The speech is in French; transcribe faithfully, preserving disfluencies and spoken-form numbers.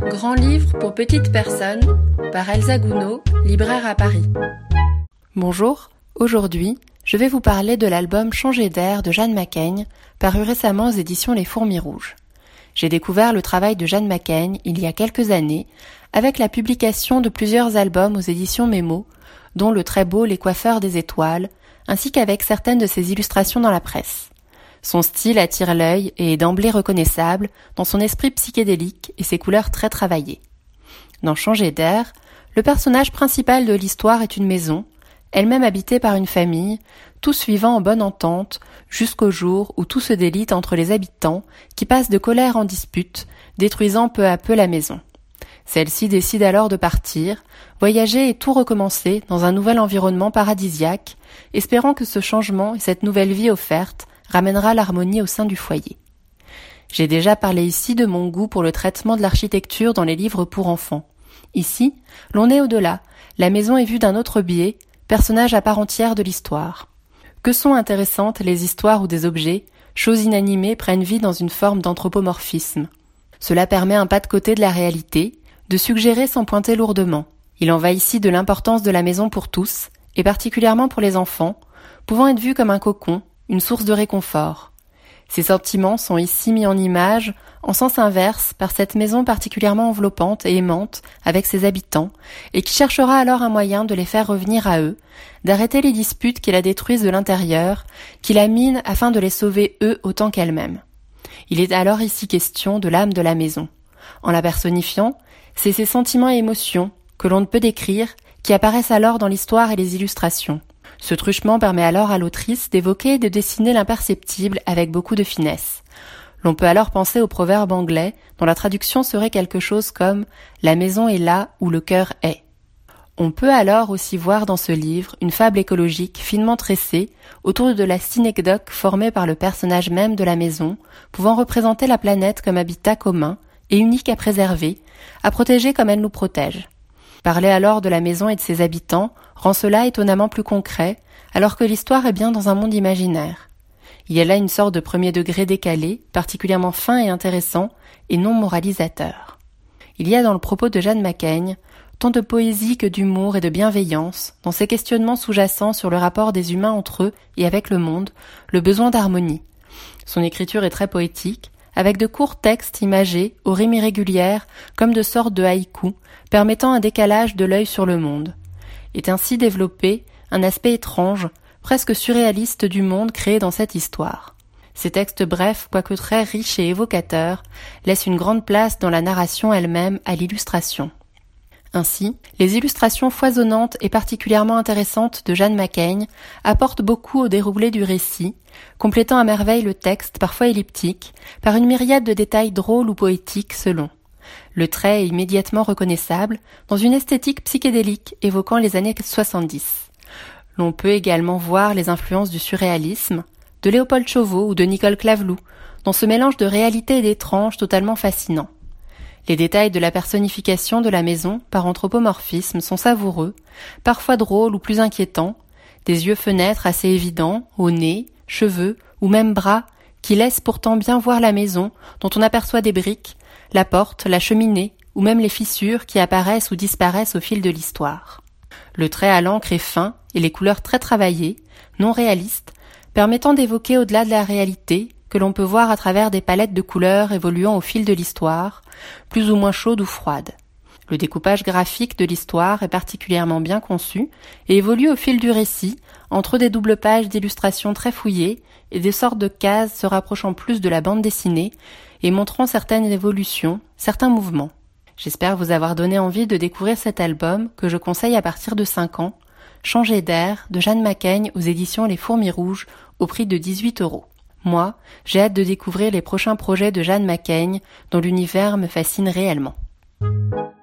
Grand livre pour petites personnes par Elsa Gounod, libraire à Paris. Bonjour, aujourd'hui, je vais vous parler de l'album Changer d'air de Jeanne Macaigne, paru récemment aux éditions Les Fourmis Rouges. J'ai découvert le travail de Jeanne Macaigne il y a quelques années avec la publication de plusieurs albums aux éditions Mémo, dont le très beau Les Coiffeurs des Étoiles, ainsi qu'avec certaines de ses illustrations dans la presse. Son style attire l'œil et est d'emblée reconnaissable dans son esprit psychédélique et ses couleurs très travaillées. Dans Changer d'air, le personnage principal de l'histoire est une maison, elle-même habitée par une famille, tous vivant en bonne entente, jusqu'au jour où tout se délite entre les habitants qui passent de colère en dispute, détruisant peu à peu la maison. Celle-ci décide alors de partir, voyager et tout recommencer dans un nouvel environnement paradisiaque, espérant que ce changement et cette nouvelle vie offerte ramènera l'harmonie au sein du foyer. J'ai déjà parlé ici de mon goût pour le traitement de l'architecture dans les livres pour enfants. Ici, l'on est au-delà, la maison est vue d'un autre biais, personnage à part entière de l'histoire. Que sont intéressantes les histoires où des objets, choses inanimées, prennent vie dans une forme d'anthropomorphisme. Cela permet un pas de côté de la réalité, de suggérer sans pointer lourdement. Il en va ici de l'importance de la maison pour tous, et particulièrement pour les enfants, pouvant être vue comme un cocon, une source de réconfort. Ces sentiments sont ici mis en image, en sens inverse, par cette maison particulièrement enveloppante et aimante avec ses habitants, et qui cherchera alors un moyen de les faire revenir à eux, d'arrêter les disputes qui la détruisent de l'intérieur, qui la minent afin de les sauver eux autant qu'elle-même. Il est alors ici question de l'âme de la maison. En la personnifiant, c'est ses sentiments et émotions, que l'on ne peut décrire, qui apparaissent alors dans l'histoire et les illustrations. Ce truchement permet alors à l'autrice d'évoquer et de dessiner l'imperceptible avec beaucoup de finesse. L'on peut alors penser au proverbe anglais dont la traduction serait quelque chose comme « La maison est là où le cœur est ». On peut alors aussi voir dans ce livre une fable écologique finement tressée autour de la synecdoque formée par le personnage même de la maison, pouvant représenter la planète comme habitat commun et unique à préserver, à protéger comme elle nous protège. Parler alors de la maison et de ses habitants rend cela étonnamment plus concret, alors que l'histoire est bien dans un monde imaginaire. Il y a là une sorte de premier degré décalé, particulièrement fin et intéressant, et non moralisateur. Il y a dans le propos de Jeanne Macaigne tant de poésie que d'humour et de bienveillance, dans ses questionnements sous-jacents sur le rapport des humains entre eux et avec le monde, le besoin d'harmonie. Son écriture est très poétique, avec de courts textes imagés, aux rimes irrégulières, comme de sortes de haïkus, permettant un décalage de l'œil sur le monde. Est ainsi développé un aspect étrange, presque surréaliste du monde créé dans cette histoire. Ces textes brefs, quoique très riches et évocateurs, laissent une grande place dans la narration elle-même à l'illustration. Ainsi, les illustrations foisonnantes et particulièrement intéressantes de Jeanne Macaigne apportent beaucoup au déroulé du récit, complétant à merveille le texte, parfois elliptique, par une myriade de détails drôles ou poétiques selon. Le trait est immédiatement reconnaissable dans une esthétique psychédélique évoquant les années soixante-dix. L'on peut également voir les influences du surréalisme, de Léopold Chauveau ou de Nicole Claveloux, dans ce mélange de réalité et d'étrange totalement fascinant. Les détails de la personnification de la maison par anthropomorphisme sont savoureux, parfois drôles ou plus inquiétants, des yeux-fenêtres assez évidents, au nez, cheveux ou même bras, qui laissent pourtant bien voir la maison dont on aperçoit des briques, la porte, la cheminée ou même les fissures qui apparaissent ou disparaissent au fil de l'histoire. Le trait à l'encre est fin et les couleurs très travaillées, non réalistes, permettant d'évoquer au-delà de la réalité que l'on peut voir à travers des palettes de couleurs évoluant au fil de l'histoire, plus ou moins chaudes ou froides. Le découpage graphique de l'histoire est particulièrement bien conçu et évolue au fil du récit, entre des doubles pages d'illustrations très fouillées et des sortes de cases se rapprochant plus de la bande dessinée et montrant certaines évolutions, certains mouvements. J'espère vous avoir donné envie de découvrir cet album que je conseille à partir de cinq ans, Changer d'air de Jeanne Macaigne aux éditions Les Fourmis Rouges au prix de dix-huit euros. Moi, j'ai hâte de découvrir les prochains projets de Jeanne Macaigne dont l'univers me fascine réellement.